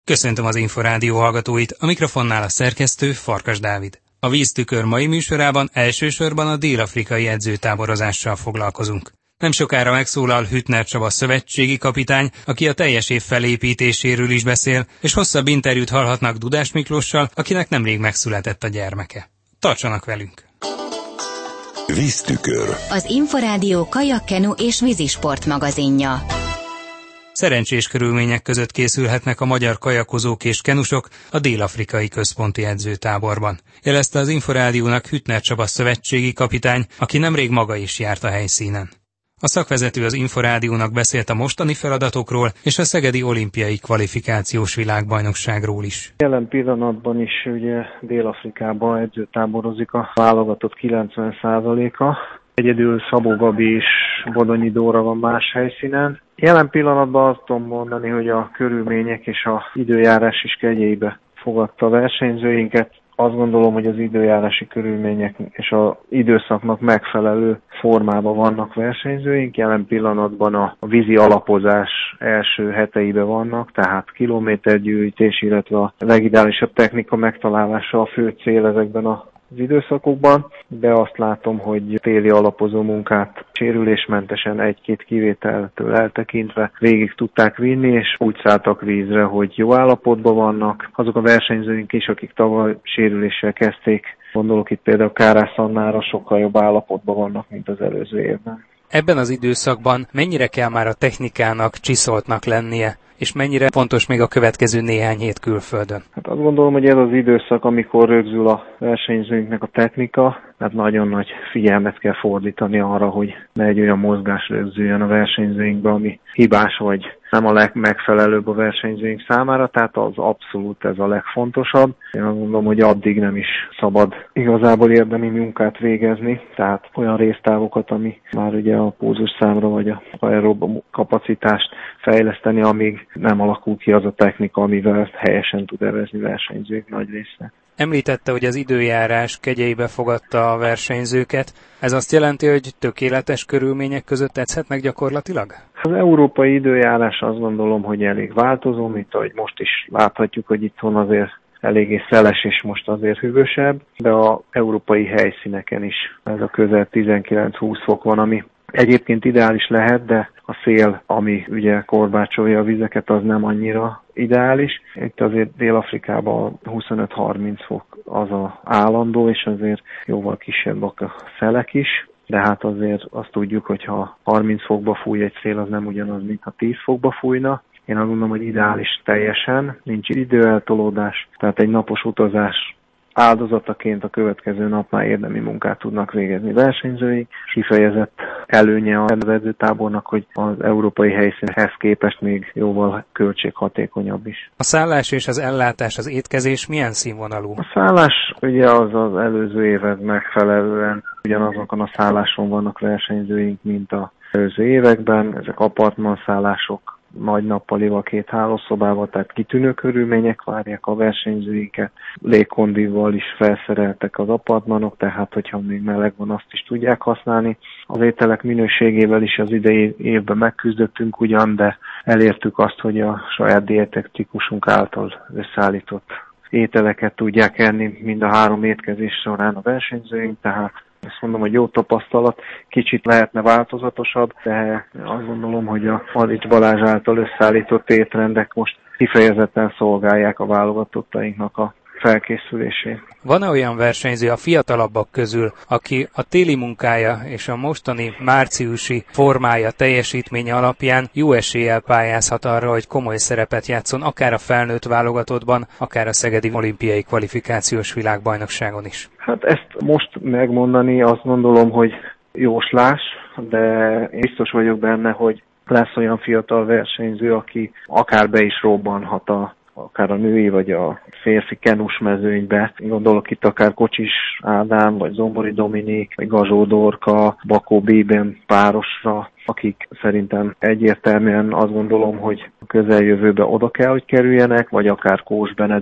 Köszöntöm az Inforádió hallgatóit, a mikrofonnál a szerkesztő Farkas Dávid. A Víztükör mai műsorában elsősorban a dél-afrikai edzőtáborozással foglalkozunk. Nem sokára megszólal Hüttner Csaba szövetségi kapitány, aki a teljes év felépítéséről is beszél, és hosszabb interjút hallhatnak Dudás Miklóssal, akinek nemrég megszületett a gyermeke. Tartsanak velünk! Víztükör. Az Inforádió kajak-kenu és vízisport magazinja. Szerencsés körülmények között készülhetnek a magyar kajakozók és kenusok a dél-afrikai központi edzőtáborban. Jelezte az Inforádiónak Hüttner Csaba szövetségi kapitány, aki nemrég maga is járt a helyszínen. A szakvezető az Inforádiónak beszélt a mostani feladatokról és a szegedi olimpiai kvalifikációs világbajnokságról is. Jelen pillanatban is ugye Dél-Afrikában edzőtáborozik a válogatott 90%-a. Egyedül Szabó Gabi és Bodonyi Dóra van más helyszínen. Jelen pillanatban azt tudom mondani, hogy a körülmények és az időjárás is kegyeibe fogadta a versenyzőinket. Azt gondolom, hogy az időjárási körülmények és az időszaknak megfelelő formában vannak versenyzőink. Jelen pillanatban a vízi alapozás első heteiben vannak, tehát kilométergyűjtés, illetve a legideálisabb technika megtalálása a fő cél ezekben az időszakokban, de azt látom, hogy téli alapozó munkát sérülésmentesen egy-két kivételtől eltekintve végig tudták vinni, és úgy szálltak vízre, hogy jó állapotban vannak. Azok a versenyzőink is, akik tavaly sérüléssel kezdték, gondolok itt például Kárász Annára, sokkal jobb állapotban vannak, mint az előző évben. Ebben az időszakban mennyire kell már a technikának csiszoltnak lennie, és mennyire fontos még a következő néhány hét külföldön? Hát azt gondolom, hogy ez az időszak, amikor rögzül a versenyzőinknek a technika, tehát nagyon nagy figyelmet kell fordítani arra, hogy ne egy olyan mozgás rögzüljön a versenyzőinkbe, ami hibás vagy nem a legmegfelelőbb a versenyzőink számára, tehát az abszolút ez a legfontosabb. Én azt gondolom, hogy addig nem is szabad igazából érdemi munkát végezni, tehát olyan résztávokat, ami már ugye a pózus számra vagy a aerob kapacitást fejleszteni, amíg nem alakul ki az a technika, amivel helyesen tud evezni versenyzők nagy része. Említette, hogy az időjárás kegyeibe fogadta a versenyzőket. Ez azt jelenti, hogy tökéletes körülmények között edzhetnek gyakorlatilag? Az európai időjárás azt gondolom, hogy elég változó, mint ahogy most is láthatjuk, hogy itthon azért eléggé szeles és most azért hűvösebb, de az európai helyszíneken is ez a közel 19-20 fok van, ami egyébként ideális lehet, de a szél, ami ugye korbácsolja a vizeket, az nem annyira ideális. Itt azért Dél-Afrikában 25-30 fok az az állandó, és azért jóval kisebbek a szelek is. De hát azért azt tudjuk, hogy ha 30 fokba fúj egy szél, az nem ugyanaz, mint ha 10 fokba fújna. Én azt gondolom, hogy ideális teljesen, nincs időeltolódás, tehát egy napos utazás áldozataként a következő nap már érdemi munkát tudnak végezni versenyzői. Kifejezett előnye az edzőtábornak, hogy az európai helyszínhez képest még jóval költséghatékonyabb is. A szállás és az ellátás, az étkezés milyen színvonalú? A szállás ugye az előző évek megfelelően ugyanazokon a szálláson vannak versenyzőink, mint az előző években. Ezek apartmanszállások, nagy nappalival, 2 hálószobával, tehát kitűnő körülmények várják a versenyzőinket. Légkondival is felszereltek az apartmanok, tehát hogyha még meleg van, azt is tudják használni. Az ételek minőségével is az idei évben megküzdöttünk ugyan, de elértük azt, hogy a saját dietetikusunk által összeállított ételeket tudják enni mind a 3 étkezés során a versenyzőink, tehát azt mondom, hogy jó tapasztalat, kicsit lehetne változatosabb, de azt gondolom, hogy a Alics Balázs által összeállított étrendek most kifejezetten szolgálják a válogatottainknak a felkészülését. Van-e olyan versenyző a fiatalabbak közül, aki a téli munkája és a mostani márciusi formája, teljesítménye alapján jó eséllyel pályázhat arra, hogy komoly szerepet játszon akár a felnőtt válogatottban, akár a szegedi olimpiai kvalifikációs világbajnokságon is? Hát ezt most megmondani azt gondolom, hogy jóslás, de biztos vagyok benne, hogy lesz olyan fiatal versenyző, aki akár be is robbanhat akár a női vagy a férfi kenus mezőnybe. Gondolok itt akár Kocsis Ádám, vagy Zombori Dominik, vagy Gazsó Dorka, Bakó Bében párosra, akik szerintem egyértelműen azt gondolom, hogy a közeljövőbe oda kell, hogy kerüljenek, vagy akár Kós Benedek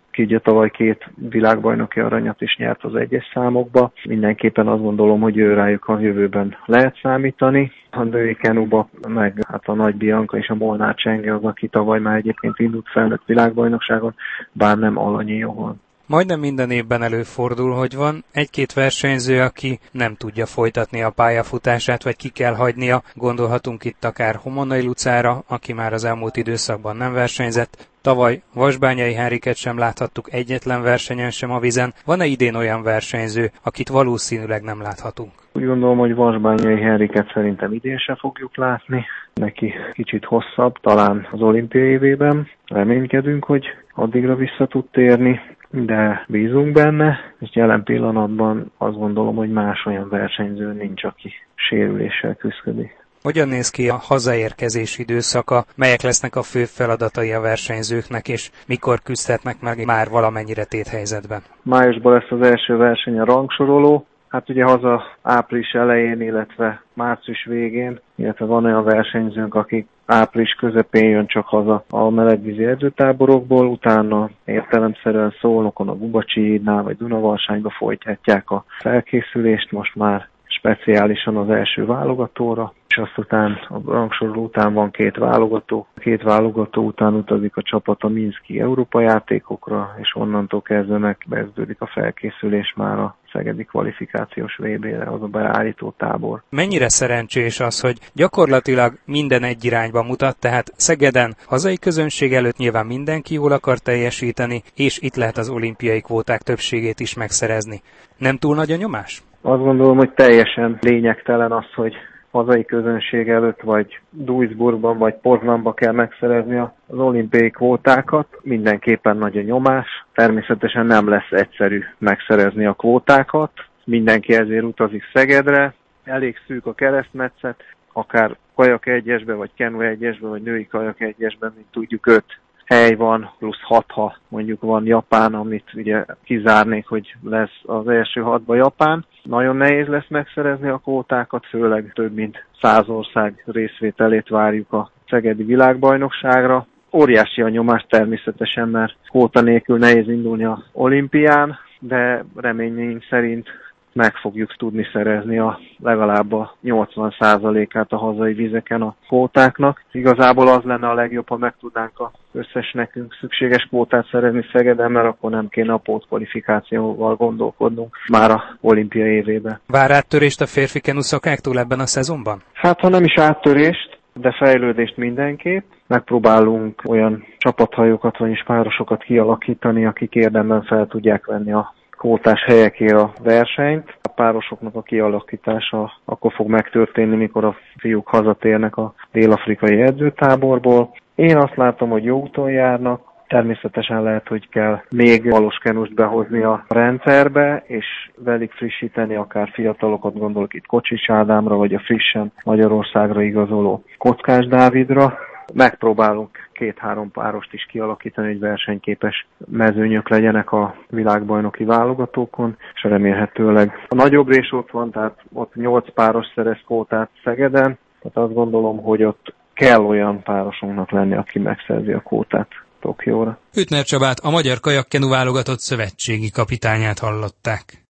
Ugye tavaly 2 világbajnoki aranyat is nyert az egyes számokba. Mindenképpen azt gondolom, hogy ő rájuk a jövőben lehet számítani. A női kenuba meg hát a Nagy Bianca és a Molnár Csenge az, aki tavaly már egyébként indult felnőtt világbajnokságon, bár nem Alanyi Johan. Majdnem minden évben előfordul, hogy van egy-két versenyző, aki nem tudja folytatni a pályafutását, vagy ki kell hagynia. Gondolhatunk itt akár Homonai Lucára, aki már az elmúlt időszakban nem versenyzett. Tavaly Vasbányai Henriket sem láthattuk egyetlen versenyen sem a vízen. Van-e idén olyan versenyző, akit valószínűleg nem láthatunk? Úgy gondolom, hogy Vasbányai Henriket szerintem idén sem fogjuk látni. Neki kicsit hosszabb, talán az olimpia évében. Reménykedünk, hogy addigra vissza tud térni, de bízunk benne, és jelen pillanatban azt gondolom, hogy más olyan versenyző nincs, aki sérüléssel küszködik. Hogyan néz ki a hazaérkezés időszaka, melyek lesznek a fő feladatai a versenyzőknek, és mikor küzdhetnek meg már valamennyire téthelyzetben? Májusban lesz az első verseny, a rangsoroló. Hát ugye haza április elején, illetve március végén, illetve van olyan versenyzőnk, akik április közepén jön csak haza a melegvízi edzőtáborokból, utána értelemszerűen Szolnokon, a Gubacsi hídnál vagy Dunavalsányba folytatják a felkészülést, most már speciálisan az első válogatóra, és aztán a rangsoroló után van 2 válogató. 2 válogató után utazik a csapat a Minszki Európa játékokra, és onnantól kezdve megkezdődik a felkészülés már a szegedi kvalifikációs VB-re, az a beállító tábor. Mennyire szerencsés az, hogy gyakorlatilag minden egy irányba mutat, tehát Szegeden hazai közönség előtt nyilván mindenki jól akar teljesíteni, és itt lehet az olimpiai kvóták többségét is megszerezni. Nem túl nagy a nyomás? Azt gondolom, hogy teljesen lényegtelen az, hogy hazai közönség előtt, vagy Duisburgban, vagy Poznanban kell megszerezni az olimpiai kvótákat. Mindenképpen nagy a nyomás. Természetesen nem lesz egyszerű megszerezni a kvótákat. Mindenki ezért utazik Szegedre. Elég szűk a keresztmetszet, akár kajak egyesbe, vagy kenu egyesbe, vagy női kajak egyesben, mint tudjuk 5 hely van, plusz 6, ha mondjuk van Japán, amit ugye kizárnék, hogy lesz az első 6-ba Japán. Nagyon nehéz lesz megszerezni a kvótákat, főleg több mint 100 ország részvételét várjuk a szegedi világbajnokságra. Óriási a nyomás természetesen, mert kvóta nélkül nehéz indulni az olimpián, de reményeink szerint meg fogjuk tudni szerezni legalább a 80%-át a hazai vizeken a kvótáknak. Igazából az lenne a legjobb, ha meg tudnánk az összes nekünk szükséges kvótát szerezni Szegeden, mert akkor nem kéne a pótkvalifikációval gondolkodnunk már a olimpia évében. Vár áttörést a férfi kenuszakáktól ebben a szezonban? Hát ha nem is áttörést, de fejlődést mindenképp. Megpróbálunk olyan csapathajókat, vagyis párosokat kialakítani, akik érdemben fel tudják venni a kvótás helyekért a versenyt. A párosoknak a kialakítása akkor fog megtörténni, mikor a fiúk hazatérnek a dél-afrikai edzőtáborból. Én azt látom, hogy jó úton járnak. Természetesen lehet, hogy kell még valós kenust behozni a rendszerbe, és velük frissíteni, akár fiatalokat, gondolok itt Kocsis Ádámra, vagy a frissen Magyarországra igazoló Kockás Dávidra. Megpróbálunk 2-3 párost is kialakítani, hogy versenyképes mezőnyök legyenek a világbajnoki válogatókon, és remélhetőleg a nagyobb rés ott van, tehát ott 8 páros szerez kvótát Szegeden, tehát azt gondolom, hogy ott kell olyan párosunknak lenni, aki megszerzi a kvótát Tokióra. Hüttner Csabát, a magyar kajakkenu válogatott szövetségi kapitányát hallották.